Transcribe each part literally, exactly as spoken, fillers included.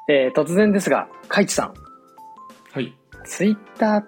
えー、突然ですが、カイチさん。 はい。 ツイッターって、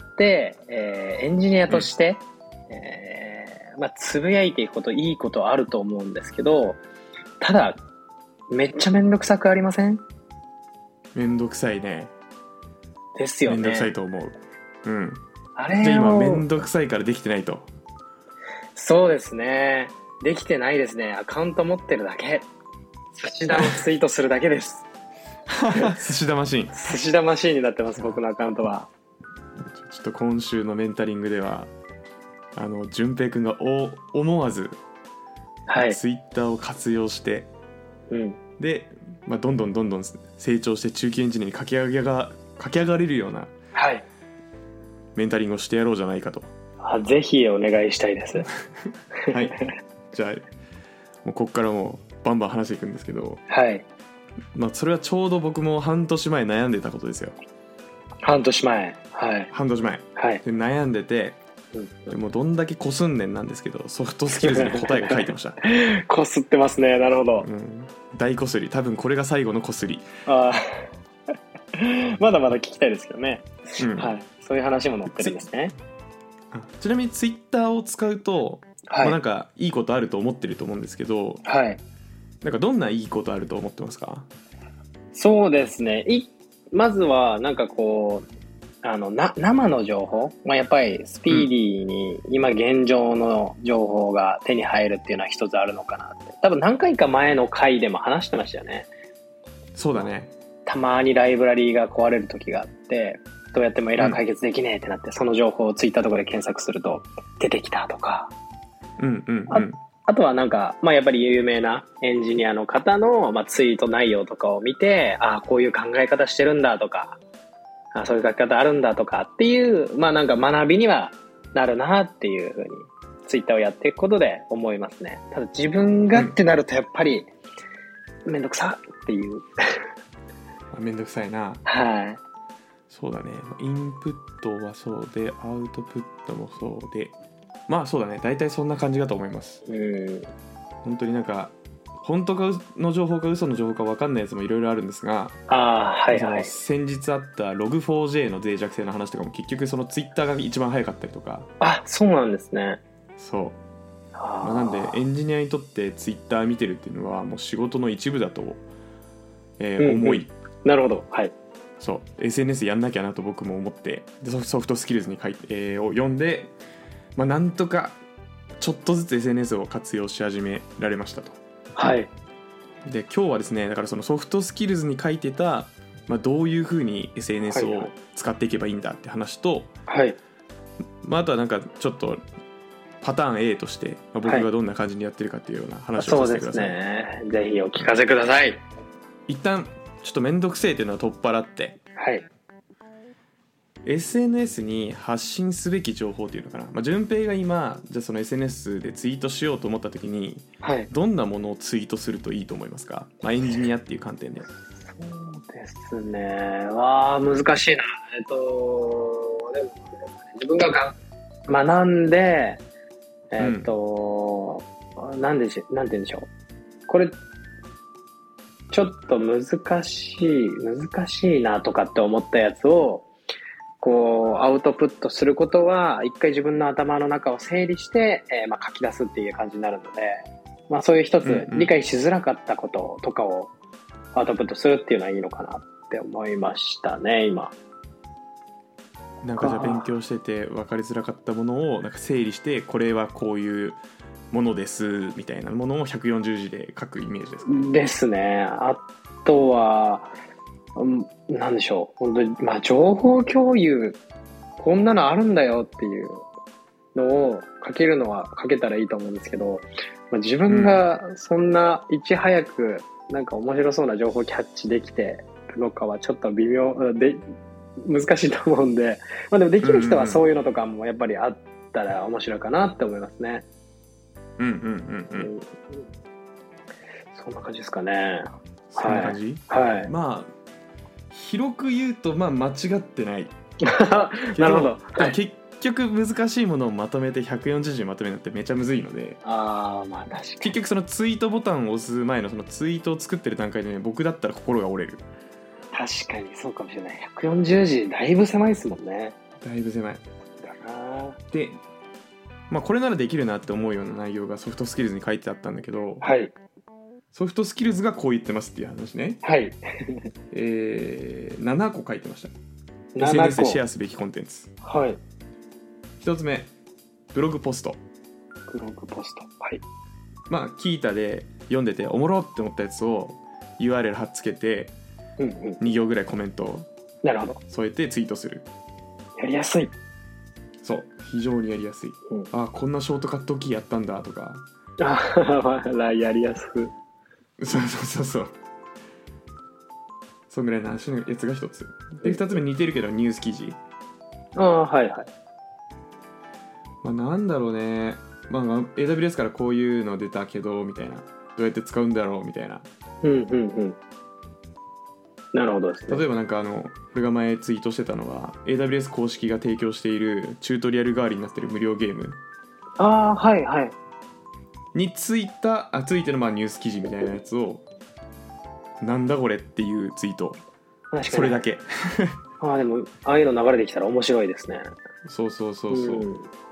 えー、エンジニアとして、うんえーまあ、つぶやいていくこと、いいことあると思うんですけど、ただ、めっちゃめんどくさくありません？ めんどくさいね。 ですよね。 めんどくさいと思う。うん。 あれをじゃあ今めんどくさいからできてないと。 そうですね。できてないですね。アカウント持ってるだけ。寿司玉ツイートするだけです。 寿司だマシン。 寿司玉マシーンになってます、僕のアカウントは。 ちょっと今週のメンタリングでは、あの順平くんがお思わず、 はい、 ツイッターを活用して、 うん、 で、まあ、どんどんどんどん成長して中級エンジニアに駆け上げが駆け上がれるようなはいメンタリングをしてやろうじゃないかと。 あ、ぜひお願いしたいです。 はい。じゃあもうここからもうバンバン話していくんですけど、 はい。 まあ、それはちょうど僕も半年前悩んでたことですよ。 半年前。はい。 半年前。 はい。 で悩んでて、でもどんだけこすんねんなんですけど、ソフトスキルズに答えが書いてました。 こすってますね。なるほど。 うん、大こすり。多分これが最後のこすり。 あまだまだ聞きたいですけどね、 うん、 はい。そういう話も載ってるんですね。 ち, ちなみにツイッターを使うと、はい、まあ、なんかいいことあると思ってると思うんですけど、 はい、 なんかどんないいことあると思ってますか？ そうですね。いまずはなんかこうあのな生の情報、まあ、やっぱりスピーディーに今現状の情報が手に入るっていうのは一つあるのかなって。多分何回か前の回でも話してましたよね。 そうだね。 たまにライブラリーが壊れる時があって、どうやってもエラー解決できねえってなって、うん、その情報をツイッターとかで検索すると出てきたとか、 うんうんうん、 あ, あとはなんか、まあ、やっぱり有名なエンジニアの方の、まあ、ツイート内容とかを見て、ああこういう考え方してるんだとか、あそういう書き方あるんだとかっていう、まあなんか学びにはなるなっていうふうにツイッターをやっていくことで思いますね。ただ自分がってなるとやっぱりめんどくさっていう、 うん、めんどくさいな。 はい。 そうだね。インプットはそうで、アウトプットもそうで、まあそうだね。大体そんな感じだと思います。うん。本当になんか本当かの情報か嘘の情報か分かんないやつもいろいろあるんですが、 あ、はいはい、 先日あった ログフォージェー の脆弱性の話とかも結局そのツイッターが一番早かったりとか。 あ、そうなんですね。 そう、あ、まあ、なんでエンジニアにとってツイッター見てるっていうのはもう仕事の一部だと、えーうんうん、思い、 なるほど、はい。 そう エスエヌエス やんなきゃなと僕も思ってでソフトスキルズに書いて、えー、を読んで、まあ、なんとかちょっとずつ エスエヌエス を活用し始められましたと。 はい。 で今日はですね、だからそのソフトスキルズに書いてた、まあ、どういうふうに エスエヌエス を使っていけばいいんだって話と、 はい、 まあ、あとはなんかちょっとパターン A として、まあ、僕がどんな感じにやってるかっていうような話をさせてください。 はい、そうですね。ぜひお聞かせください。 一旦ちょっとめんどくせえっていうのは取っ払って、 はい、 エスエヌエス に発信すべき情報っていうのかな、まあ、順平が今じゃあその エスエヌエス でツイートしようと思った時に、はい、どんなものをツイートするといいと思いますか？まあ、エンジニアっていう観点で。 そうですね。わあ、難しいな。えっとでも自分が学んでえっと、うん、なんでしなんて言うんでしょう。これちょっと難しい難しいなとかって思ったやつをこうアウトプットすることは一回自分の頭の中を整理して、えーまあ、書き出すっていう感じになるので、まあ、そういう一つ理解しづらかったこととかをアウトプットするっていうのはいいのかなって思いましたね。今なんかじゃあ勉強してて分かりづらかったものをなんか整理してこれはこういうものですみたいなものをひゃくよんじゅうじで書くイメージですか？ ですね。あとはなんでしょう、本当に、まあ、情報共有こんなのあるんだよっていうのを書けるのは書けたらいいと思うんですけど、まあ、自分がそんないち早くなんか面白そうな情報をキャッチできてるのかはちょっと微妙で難しいと思うんで、まあ、でもできる人はそういうのとかもやっぱりあったら面白いかなって思いますね。 うんうんうんうん、うん、 そんな感じですかね。 そんな感じ、 はい、はい、 まあ広く言うとまあ間違ってないなるほど、 はい、結局難しいものをまとめてひゃくよんじゅうじにまとめるのってめちゃむずいので、 あー、まあ確かに結局そのツイートボタンを押す前のそのツイートを作ってる段階でね、僕だったら心が折れる確かにそうかもしれない。ひゃくよんじゅうじだいぶ狭いですもんね。 だいぶ狭いだな。 で、まあ、これならできるなって思うような内容がソフトスキルズに書いてあったんだけど、 はい。 ソフトスキルズがこう言ってますっていう話ね。 はい。 えー、ななこ書いてました。 ななこエスエヌエス でシェアすべきコンテンツ。 はい。 ひとつめ、ブログポスト。 ブログポスト。はい。 まあキータで読んでておもろって思ったやつを ユーアールエル 貼っつけて、 うんうん、 に行ぐらいコメントをなるほど添えてツイートする。 やりやすい。 そう非常にやりやすい、うん、あこんなショートカットキーやったんだとかあやりやすくそうそうそうそうそんぐらいの話のやつが一つで、二つ目似てるけどニュース記事。 ああはいはい。 まあなんだろうね、まあ エーダブリューエス からこういうの出たけどみたいな、どうやって使うんだろうみたいな。 うんうんうん。なるほどですね。 例えばなんかあの俺が前ツイートしてたのは エーダブリューエス 公式が提供しているチュートリアル代わりになってる無料ゲーム。 ああはいはいについたあついてのまあニュース記事みたいなやつをなんだこれっていうツイート。それだけああでもああいうの流れてきたら面白いですね。 そうそうそうそう、うん、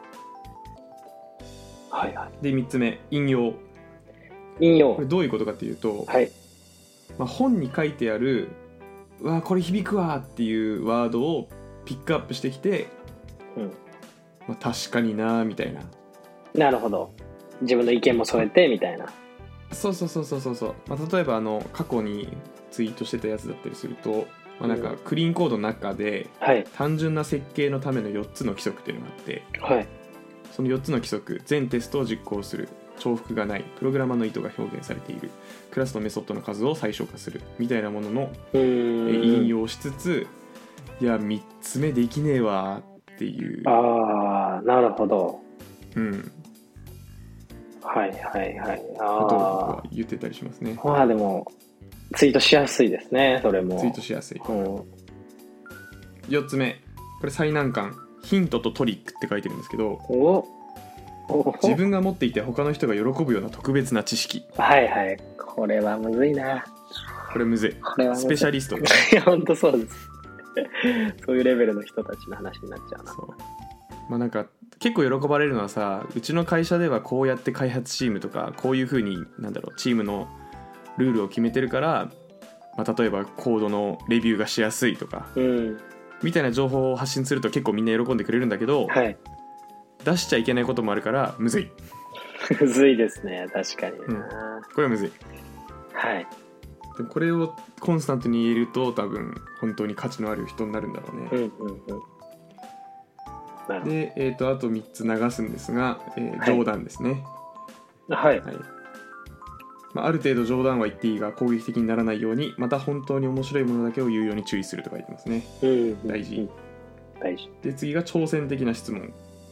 はいはい。 でみっつめ引用。 引用これどういうことかっていうと、 はい、 まあ、本に書いてあるうわこれ響くわっていうワードをピックアップしてきて、 うんまあ、確かになみたいな。 なるほど、自分の意見も添えてみたいな。 そうそうそうそうそうそう、まあ、例えばあの過去にツイートしてたやつだったりすると、まあ、なんかクリーンコードの中で単純な設計のためのよっつの規則っていうのがあって、 はい、 そのよっつの規則全テストを実行する、重複がない、プログラマーの意図が表現されている、クラスのメソッドの数を最小化するみたいなものの引用しつつ、いやみっつめできねえわっていう。 ああなるほど、 うんはいはいはい、 ああとは言ってたりしますね。 まあでもツイートしやすいですね。それもツイートしやすい、 うん、 よっつめこれ最難関、ヒントとトリックって書いてるんですけど、 お自分が持っていて他の人が喜ぶような特別な知識。 はいはい、これはむずいな。 これむずい。 これはむずい。 スペシャリストね。 いや本当そうですそういうレベルの人たちの話になっちゃうな。 そうまあなんか結構喜ばれるのはさ、うちの会社ではこうやって開発チームとかこういう風になんだろうチームのルールを決めてるから、まあ、例えばコードのレビューがしやすいとか、 うん、 みたいな情報を発信すると結構みんな喜んでくれるんだけど、 はい、 出しちゃいけないこともあるからむずいむずいですね、確かに、うん、 これはむずい。 はいでもこれをコンスタントに言えると多分本当に価値のある人になるんだろうね。 うんうんうんで、えー、とあとみっつ流すんですが、えー、冗談ですね。 はい、 はいまあ、ある程度冗談は言っていいが攻撃的にならないように、また本当に面白いものだけを言うように注意すると書いてますね。 うん、 大事、うん、 大事。 で次が挑戦的な質問。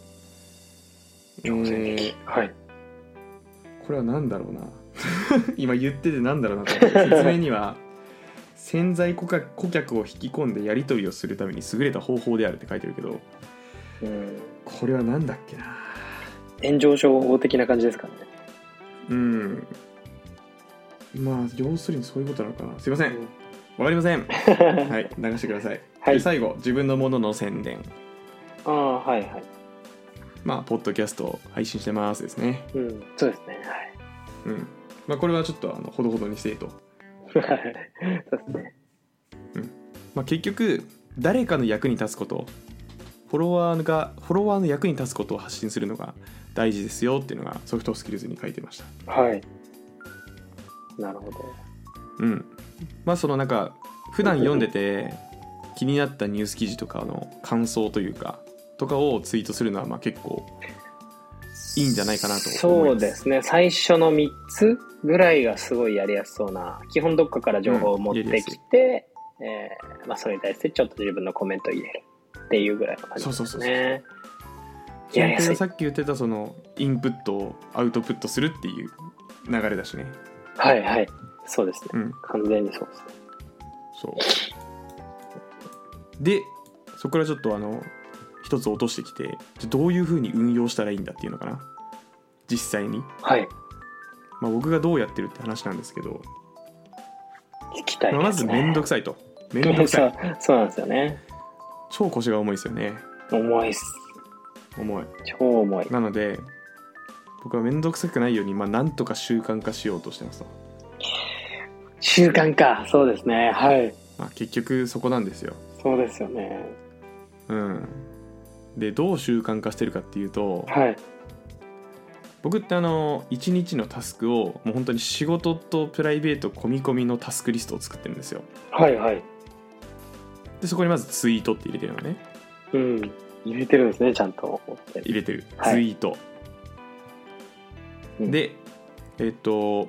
挑戦的、えー、はい。 これは何だろうな今言ってて何だろうなと思って、説明には潜在顧客、顧客を引き込んでやり取りをするために優れた方法であるって書いてるけど、 うん、 これは何だっけな。 炎上商法的な感じですかね。 うんまあ要するにそういうことなのかな。すいません、わ、うん、かりませんはい流してください、はい、で最後自分のものの宣伝。 ああはいはいまあポッドキャスト配信してますですね。 うんそうですねはい。 うんまあこれはちょっとあのほどほどにせえとそうですね。 うんまあ結局誰かの役に立つこと、フォロワーがフォロワーの役に立つことを発信するのが大事ですよっていうのがソフトスキルズに書いてました。 はい。なるほど。 うん。まあそのなんか普段読んでて気になったニュース記事とかの感想というかとかをツイートするのはまあ結構いいんじゃないかなと思います。 そうですね。最初のみっつぐらいがすごいやりやすそうな。基本どっかから情報を持ってきて、うんえーまあ、それに対してちょっと自分のコメントを入れるっていうぐらいの感じですね。そうそうそうそう。 やりやすい。さっき言ってたそのインプットをアウトプットするっていう流れだしね。 はいはいそうですね、 うん、 完全にそうですね。 そうでそこからちょっとあの一つ落としてきて、じゃどういう風に運用したらいいんだっていうのかな実際に。 はい、 まあ、僕がどうやってるって話なんですけど、 聞きたいですね。 まあ、まずめんどくさいとめんどくさいそう、そうなんですよね。 超腰が重いですよね。 重いっす。 重い。 超重い。 なので僕はめんどくさくないように、まあ、なんとか習慣化しようとしてます。 習慣か。そうですね。はい。 まあ、結局そこなんですよ。 そうですよね。 うん。でどう習慣化してるかっていうと、 はい。 僕ってあのいちにちのタスクをもう本当に仕事とプライベート込み込みのタスクリストを作ってるんですよ。 はいはい。 でそこにまずツイートって入れてるのね。 うん。入れてるんですね、ちゃんと。 入れてる、 はい、 ツイート、うん、でえっと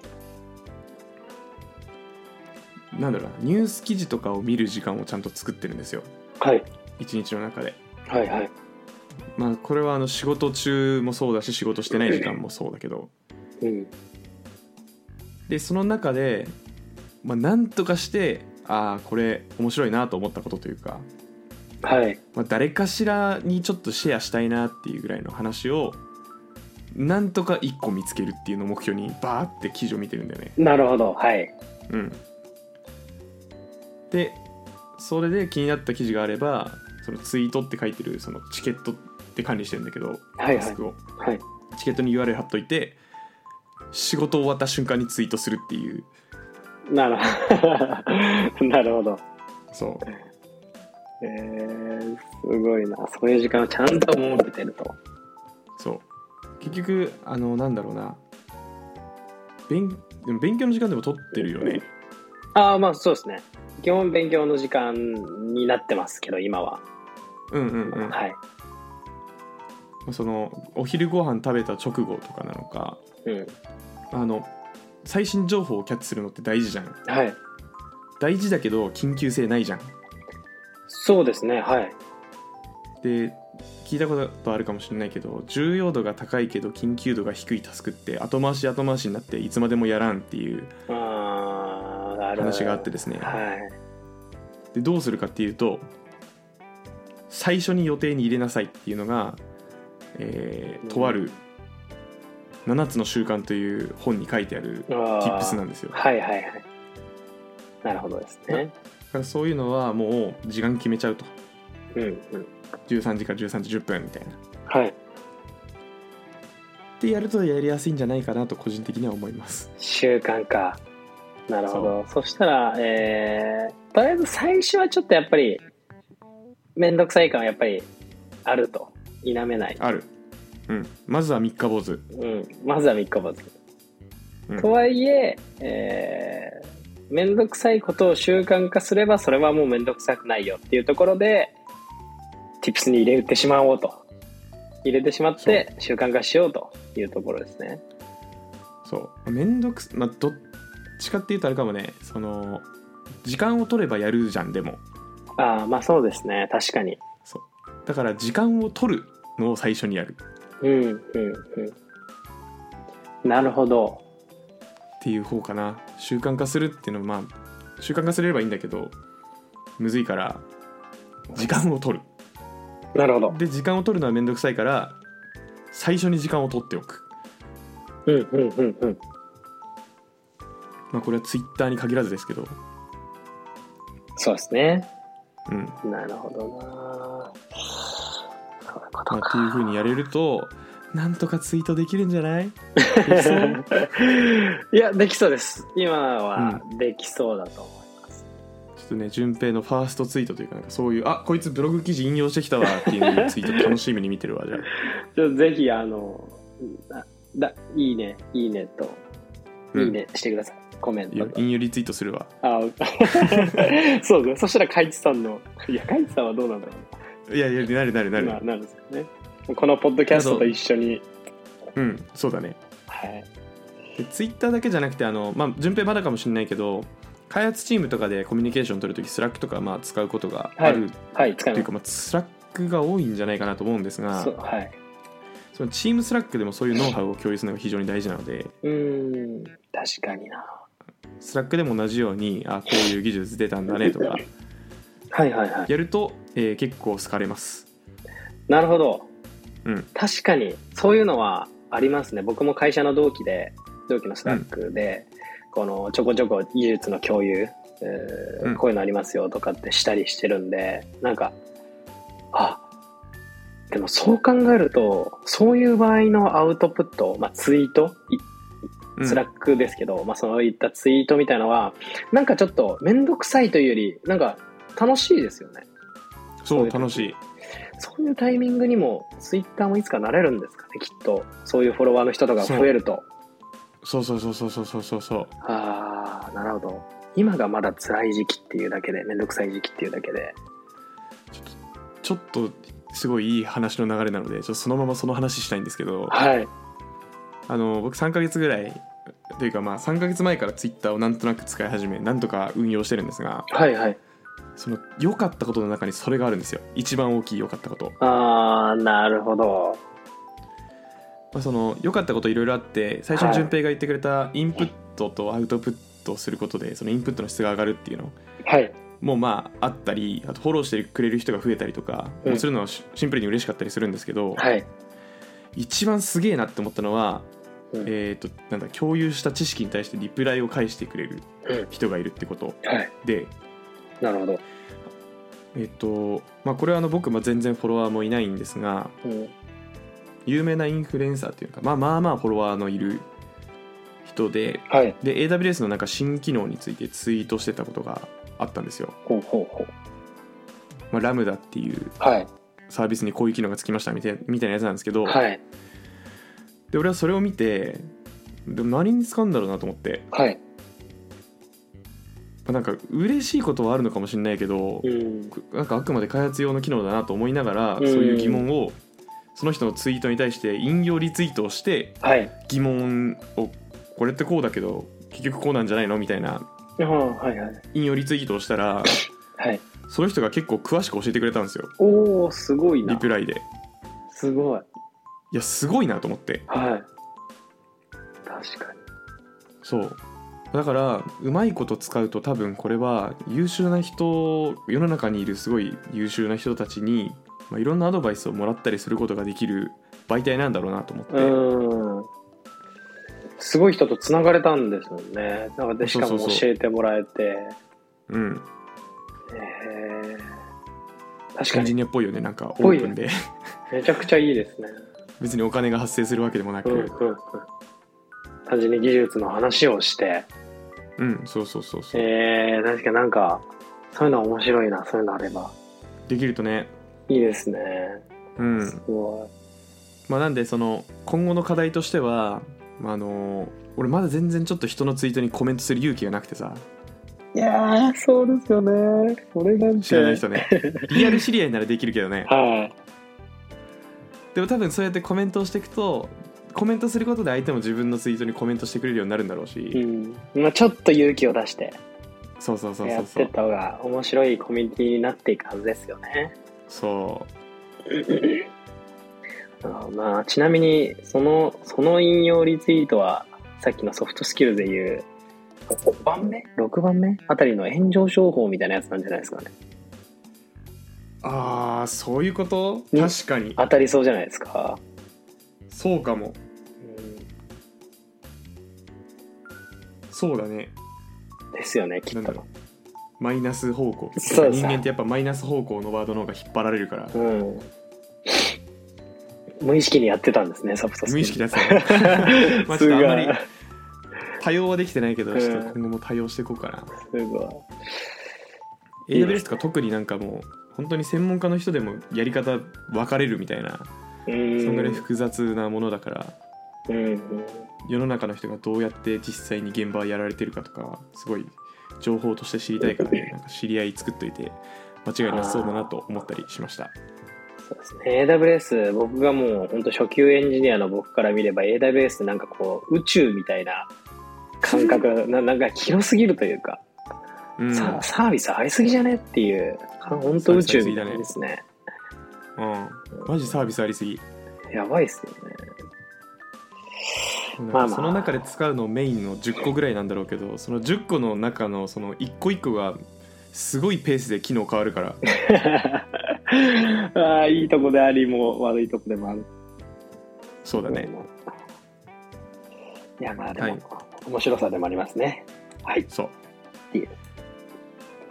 なんだろうな、ニュース記事とかを見る時間をちゃんと作ってるんですよ。 はい。 一日の中で。 はいはい。 まあこれはあの仕事中もそうだし仕事してない時間もそうだけど、 うん、 でその中で、まあ、なんとかしてああこれ面白いなと思ったことというか、 はい、 まあ、誰かしらにちょっとシェアしたいなっていうぐらいの話をなんとかいっこ見つけるっていうのを目標にバーって記事を見てるんだよね。 なるほど。はい。 うん。でそれで気になった記事があればそのツイートって書いてるそのチケットって管理してるんだけど、 はいはい、 タスクを、 はい、 チケットに ユーアールエル 貼っといて仕事終わった瞬間にツイートするっていう。 なるほどなるほど。 そう、 えー、すごいな。そういう時間をちゃんと設けてると。 そう結局あのなんだろうな、勉でも勉強の時間でも取ってるよね。 ああ、まあそうですね。基本勉強の時間になってますけど今は。 うんうんうん。 はい。 そのお昼ご飯食べた直後とかなのか、 うん、 あの最新情報をキャッチするのって大事じゃん。 はい。 大事だけど緊急性ないじゃん。 そうですね。はい。 で聞いたことあるかもしれないけど、重要度が高いけど緊急度が低いタスクって後回し後回しになっていつまでもやらんっていう話があってですね。 はい。 でどうするかっていうと、最初に予定に入れなさいっていうのが、えー、とあるななつの習慣という本に書いてある tips なんですよ。 はいはいはい。なるほどですね。 だからそういうのはもう時間決めちゃうと。 うんうん。 じゅうさんじからじゅうさんじじゅっぷんみたいな。 はい。 ってやるとやりやすいんじゃないかなと個人的には思います。 習慣か。なるほど。 そ, そしたら、えー、とりあえず最初はちょっとやっぱりめんどくさい感はやっぱりあると。否めない。 ある。うん。まずは三日坊主。 うん。まずは三日坊主。うん、とはいええー、めんどくさいことを習慣化すればそれはもうめんどくさくないよっていうところで Tips に入れてしまおうと。入れてしまって習慣化しようというところですね。 そうめんどくまあどっちかっていうとあれかもね、その時間を取ればやるじゃん。でもああ、まあそうですね。確かに。 そうだから時間を取るのを最初にやる。 うんうんうん。なるほど。 っていう方かな。習慣化するっていうのはまあ習慣化すればいいんだけどむずいから時間を取る。 なるほど。 で時間を取るのはめんどくさいから最初に時間を取っておく。 うんうんうんうん。 まあこれはツイッターに限らずですけど。 そうですね。 うん。 なるほどな。そういうことか。 まあ、っていう風にやれるとなんとかツイートできるんじゃない？できそう？ いや、できそうです。今はできそうだと思います。 うん、ちょっとね、順平のファーストツイートというか、なんかそういう、あ、こいつブログ記事引用してきたわっていうツイート楽しみに見てるわ。じゃあちょっとぜひあのだいいねいいねと、うん、いいねしてください。コメント引用リツイートするわ。 あそうですね。そしたらカイツさんのいやカイツさんはどうなんだろうな。いやいやなるなるなるなるなるんですよね。このポッドキャストと一緒に。 うんそうだね。 はい。 でツイッターだけじゃなくてあのまあ順平まだかもしれないけど開発チームとかでコミュニケーション取るときスラックとかまあ使うことがある、 はいはい、使います。 というかまあスラックが多いんじゃないかなと思うんですが、 そうはい。 そのチームスラックでもそういうノウハウを共有するのが非常に大事なので。 うーん確かにな。 スラックでも同じようにあこういう技術出たんだねとかはいはいはいやると、えー、結構好かれます。 なるほど、 うん、 確かにそういうのはありますね。僕も会社の同期で同期のスラックで、うん、このちょこちょこ技術の共有えーうんこういうのありますよとかってしたりしてるんで、なんか、あ、でもそう考えると、そういう場合のアウトプット、まあツイート、 うんスラックですけど、まあそういったツイートみたいなのは、なんかちょっとめんどくさいというより、なんか楽しいですよね。 そうそういう時楽しい。 そういうタイミングにもツイッターもいつかなれるんですかね、きっと。そういうフォロワーの人とかが増えると。 そうそうそうそうそうそうそうそう。 ああ、なるほど。今がまだ辛い時期っていうだけで、めんどくさい時期っていうだけで。 ちょっとすごいいい話の流れなので、ちょっとそのままその話したいんですけど、 はい。 あの僕さんかげつぐらいというか、まあさんかげつまえからツイッターをなんとなく使い始め、なんとか運用してるんですが、 はいはい。 その良かったことの中にそれがあるんですよ。一番大きい良かったこと。 ああ、なるほど。 まあ、その良かったこといろいろあって、最初に順平が言ってくれたインプットとアウトプットをすることでそのインプットの質が上がるっていうのはい。 もまああったり、あとフォローしてくれる人が増えたりとか、 うんもうするのはシンプルに嬉しかったりするんですけど、 はい。 一番すげえなって思ったのは、 うんえー、となんだ共有した知識に対してリプライを返してくれるうん人がいるってことはい。 で、 なるほど。 えっ、とまあこれはあの僕も全然フォロワーもいないんですが、 うん。 有名なインフルエンサーっていうか、まあまあまあフォロワーのいる人で、 はい。 で エーダブリューエス のなんか新機能についてツイートしてたことがあったんですよ。 ほうほうほう。 まあ、ラムダっていうはい。 サービスにこういう機能がつきましたみたいみたいなやつなんですけど、 はい。 で俺はそれを見て、でも何に使うんだろうなと思って、 はい。 まあなんか嬉しいことはあるのかもしれないけど、 うん。 なんかあくまで開発用の機能だなと思いながら、 うんそういう疑問をその人のツイートに対して引用リツイートをしてはい。 疑問を、これってこうだけど結局こうなんじゃないのみたいなああ、はいはい。 引用リツイートをしたら、 はい。 その人が結構詳しく教えてくれたんですよ、 おー、すごいな。 リプライで。 すごい。 いやすごいなと思って。 はい。確かに。 そうだからうまいこと使うと、多分これは優秀な人、世の中にいるすごい優秀な人たちに、まあ、いろんなアドバイスをもらったりすることができる媒体なんだろうなと思って。 うん。すごい人とつながれたんですもんね。なんかでしかもそうそうそう教えてもらえて。 うんえー、確かにエンジニアっぽいよね、なんかオぽいープンでめちゃくちゃいいですね。 別にお金が発生するわけでもなく、 うんうんうん。単純に技術の話をして。 うんそうそうそうそう、 えー、確かになんかそういうの面白いな。そういうのあればできるとね。 いいですね。 うんすごまあなんでその今後の課題としては、まあ、あの俺まだ全然ちょっと人のツイートにコメントする勇気がなくてさ。 い。いやー、そうですよね。それなんて知らない人ねリアル知り合いならできるけどね。 はい。 でも多分そうやってコメントをしていくと、コメントすることで相手も自分のツイートにコメントしてくれるようになるんだろうし、 うん。まあちょっと勇気を出してそうそうそうやそうそうってった方が面白いコミュニティになっていくはずですよね。 そあまあちなみにそのその引用リツイートはさっきのソフトスキルでいうごばんめろくばんめあたりの炎上商法みたいなやつなんじゃないですかね。 う。ああそういうこと。 ね確かに当たりそうじゃないですか。 そうかも。 うん、 そうだね。 ですよねきっとなんだろう、マイナス方向。 そうです人間ってやっぱマイナス方向のワードの方が引っ張られるから、 うん無意識にやってたんですねソフトスキル。 無意識だったねまあちょっとあんまりすごい多用はできてないけど、 うんちょっと今後も多用していこうかな。 すごい。 エーダブリューエス とか特になんかもう本当に専門家の人でもやり方分かれるみたいな、 うんそんぐらい複雑なものだから、 うんうん世の中の人がどうやって実際に現場をやられてるかとかはすごい情報として知りたいからね、なんか知り合い作っといて間違いなさそうだなと思ったりしました。 そうですね。エーダブリューエス、僕がもう本当初級エンジニアの僕から見れば エーダブリューエス ってなんかこう宇宙みたいな感覚な、なんか広すぎるというか、 うんさサービスありすぎじゃねっていう、本当宇宙みたいですね。 うんマジサービスありすぎ。 やばいっすよね。 なんまあまあかその中で使うのメインのじゅっこぐらいなんだろうけど、そのじゅっこの中のそのいっこいっこがすごいペースで機能変わるからああ、いいとこでありも悪いとこでもある。 そうだね。 いやまあでも、 はい面白さでもありますね。はい。 そういい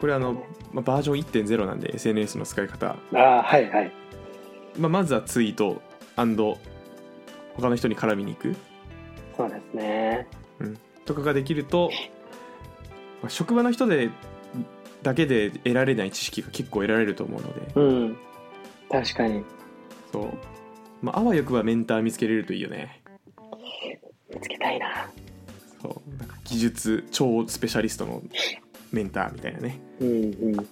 これあの、まあ、バージョン いってんゼロ なんで エスエヌエス の使い方、 ああはいはい、 まあ、まずはツイート&他の人に絡みに行く、 そうですね、 うん、とかができると、まあ、職場の人でだけで得られない知識が結構得られると思うので、 うん、確かにそう、まあ、あわよくばメンター見つけれるといいよね。 見つけたいな。 そうなんか技術超スペシャリストのメンターみたいなね。 うんうん。そう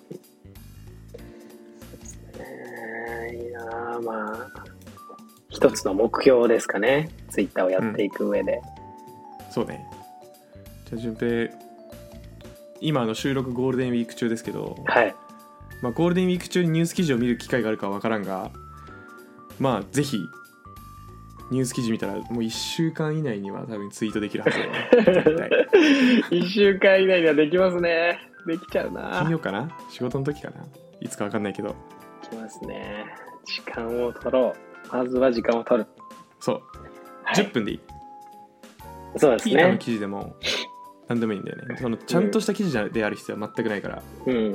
ですね。いいな。まあ一つの目標ですかね。ツイッターをやっていく上で。 うん、そうね。じゃあ順平、今の収録ゴールデンウィーク中ですけど、 はい。 まあゴールデンウィーク中にニュース記事を見る機会があるかは分からんが、まあぜひニュース記事見たらもういっしゅうかん以内には多分ツイートできるはずだよね。絶対いっしゅうかん以内にはできますね。できちゃうな。 金曜かな、仕事の時かな、いつか分かんないけどできますね。時間を取ろう。まずは時間を取る。 そう、 はい、 じゅっぷんでいい。 そうですね。 キータの記事でも何でもいいんだよね。そのちゃんとした記事である必要は全くないから、 うん、も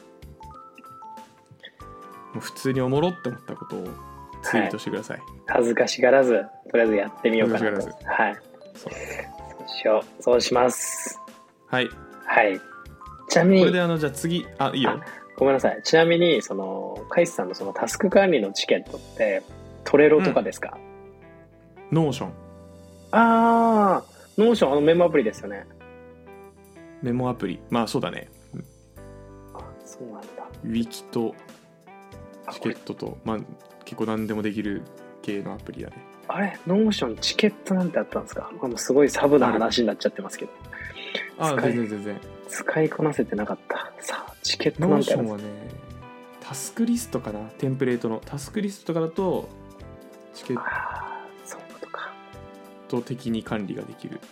う普通におもろって思ったことをツイートしてください。はい、 恥ずかしがらずとりあえずやってみようかなと。 恥ずかしがはい。そう、そうしよう。そうします。 はいはい。ちなみにこれであのじゃあ次、あいいよ。 ごめんなさい。ちなみにそのカイスさんのそのタスク管理のチケットってトレロとかですか？ ノーション。 ああ、ノーション、あのメモアプリですよね。 メモアプリ、まあそうだね。 あ、そうなんだ。 ウィキとチケットと、まあ結構何でもできる系のアプリだね。 あれ、ノーションチケットなんてあったんですか？もうすごいサブな話になっちゃってますけど。 ああ、全然全然。 使いこなせてなかった。さあ、チケットなんてあるんですか？ ノーションはね、タスクリストかな、テンプレートのタスクリストとかだとチケッああ、そういうことか。 ト的に管理ができる。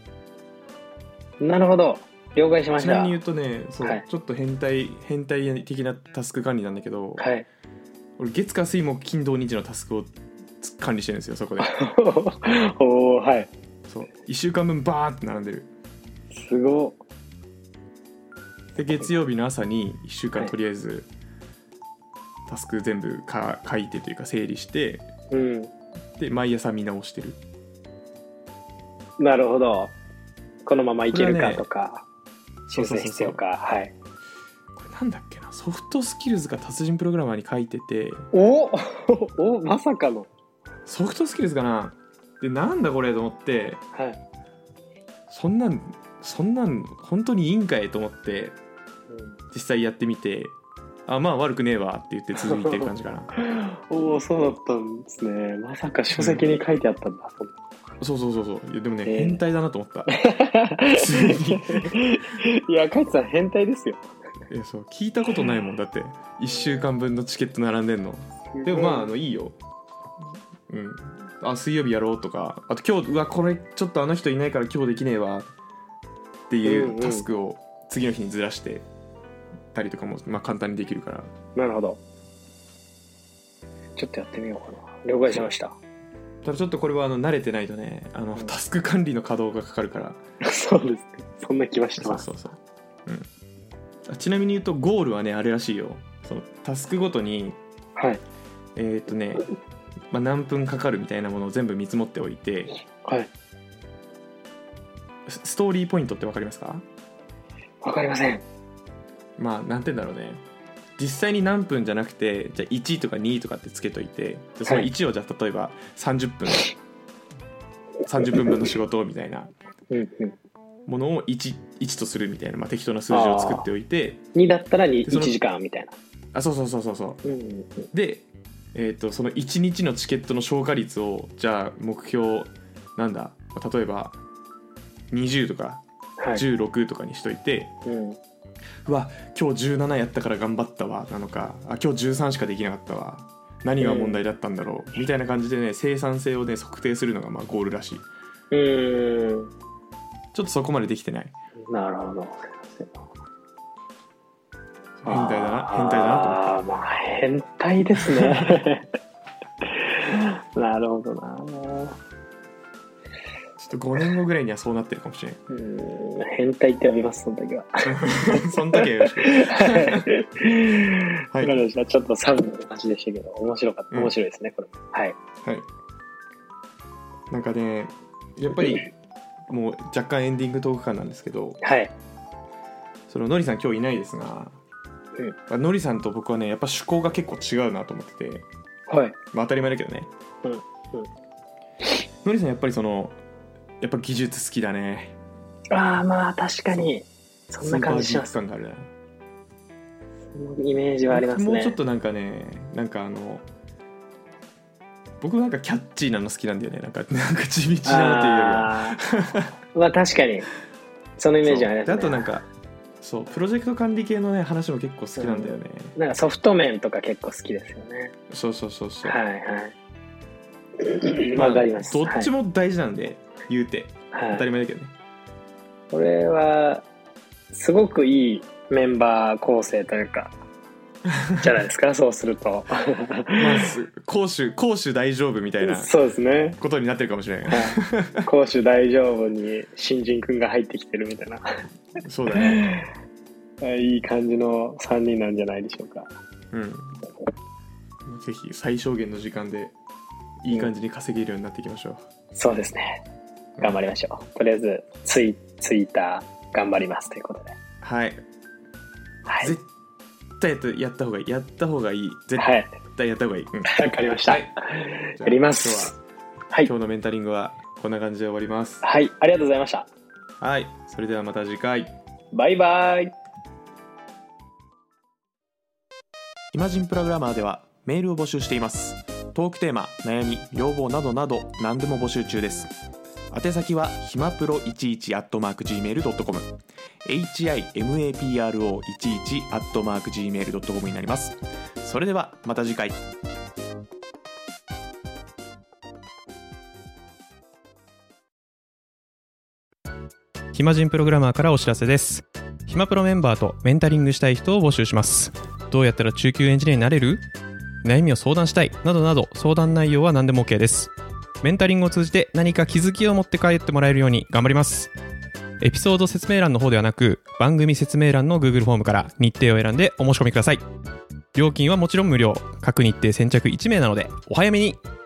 なるほど、了解しました。 ちなみに言うとね、そう、 はい、 ちょっと変態変態的なタスク管理なんだけど、 はい、 俺月火水木金土日のタスクを管理してるんですよ、そこで。 おー、はい。 そう、いっしゅうかんぶんバーって並んでる。 すごっ。 で月曜日の朝にいっしゅうかんとりあえずタスク全部か書いてというか整理して、 うん、 で毎朝見直してる。 なるほど。このままいけるかとか、修正必要か。はい。 これなんだっけな、ソフトスキルズが達人プログラマーに書いてて、 おお、まさかのソフトスキルズかな。でなんだこれと思って、 はい、 そんなんそんなん本当にいいんかいと思って、うん、実際やってみて、あ、まあ悪くねえわって言って続いてる感じかな。 おお、そうだったんですね。まさか書籍に書いてあったんだ、うん、 そうそうそうそう。いやでもね、 えー、 変態だなと思った。普通にいや、カイツさん変態ですよ。 いや、そう、聞いたことないもんだって。いっしゅうかんぶんのチケット並んでんの。でもまああのいいよ。うん。あ、水曜日やろうとか、あと今日、うわこれちょっとあの人いないから今日できねえわっていうタスクを次の日にずらしてたりとかも、まあ簡単にできるから。 なるほど。ちょっとやってみようかな。了解しました。 ただちょっとこれはあの慣れてないとね、あの、うん、タスク管理の稼働がかかるから。 そうですね。そんな気はしてます。 そうそうそう。うん。ちなみに言うとゴールはねあれらしいよ。そのタスクごとに、 はい、 えー、っとね、まあ、何分かかるみたいなものを全部見積もっておいて、 はい、 ストーリーポイントって分かりますか？ 分かりません。 まあ何て言うんだろうね、実際に何分じゃなくて、じゃあいちとかにとかってつけといて、そのいちをじゃあ例えばさんじゅっぷん、さんじゅっぷんぶんの仕事みたいなものを 1, いちとするみたいな、まあ、適当な数字を作っておいて、 にだったらいちじかんみたいな。 あ、そうそうそうそうそう、うんうんうん、で、えー、とそのいちにちのチケットの消化率をじゃあ目標なんだ、例えばにじゅうとかじゅうろくとかにしといて、はい、うん、うわ今日じゅうななやったから頑張ったわなのか、あ今日じゅうさんしかできなかったわ、何が問題だったんだろう、うん、みたいな感じでね、生産性をね測定するのがまあゴールらしい。うーん、ちょっとそこまでできてない。 なるほど。 変態だな変態だなと思った。 あ、まあ変態ですね。なるほどな。 っとごねんごぐらいにはそうなってるかもしれない。 うん、変態って呼びます、その時は。 その時はよろしく。 はい。ちょっとサブの話でしたけど、面白かった。面白いですね、うん、これ。はい。 はい。なんかね、やっぱりもう若干エンディングトーク感なんですけど、 はい。 そののりさん今日いないですが、うん、のりさんと僕はねやっぱ趣向が結構違うなと思ってて、 はい。 まあ、当たり前だけどね。うんうん。のりさんやっぱりそのやっぱ技術好きだね。 ああ、まあ確かにそんな感じします。 スーパー技術感があるね。 そのイメージはありますね。 もうちょっとなんかね、なんかあの僕なんかキャッチーなの好きなんだよね。なんかなんか地道なっていうよりは。 まあ確かにそのイメージはありますね。 あとなんかそうプロジェクト管理系のね話も結構好きなんだよね、 うん、なんかソフト面とか結構好きですよね。 そうそうそうそう。 はいはい。わかります。 どっちも大事なんで、はい、言うて、はい、当たり前だけどね。 これはすごくいいメンバー構成というかじゃないですか。そうするとまず攻守攻守大丈夫みたいなそうですねことになってるかもしれない、 はい、攻守大丈夫に新人くんが入ってきてるみたいなそうだねいい感じのさんにんなんじゃないでしょうか。 うん、ぜひ最小限の時間でいい感じに稼げるようになっていきましょう、 うん、そうですね、頑張りましょう、うん、とりあえずツイ、ツイッター頑張りますということで、 はい、はい、絶対やった、やった方がいいやった方がいい絶対やった方がいい、 はい、うん、分かりました、はい、やります。 今日は、はい、今日のメンタリングはこんな感じで終わります。 はい、ありがとうございました。 はい、それではまた次回、 バイバイ。 イマジンプログラマーではメールを募集しています。トークテーマ、悩み、要望などなど何でも募集中です。宛先はひまプロいちいち アットマークジーメールドットコム エイチアイエムエーピーアールオーいちいち アットマークジーメールドットコム になります。それではまた次回。 ひまじんプログラマーからお知らせです。ひまプロメンバーとメンタリングしたい人を募集します。どうやったら中級エンジニアになれる？悩みを相談したいなどなど、相談内容は何でも OK です。メンタリングを通じて何か気づきを持って帰ってもらえるように頑張ります。エピソード説明欄の方ではなく、番組説明欄の Google フォームから日程を選んでお申し込みください。料金はもちろん無料、各日程先着いち名なのでお早めに。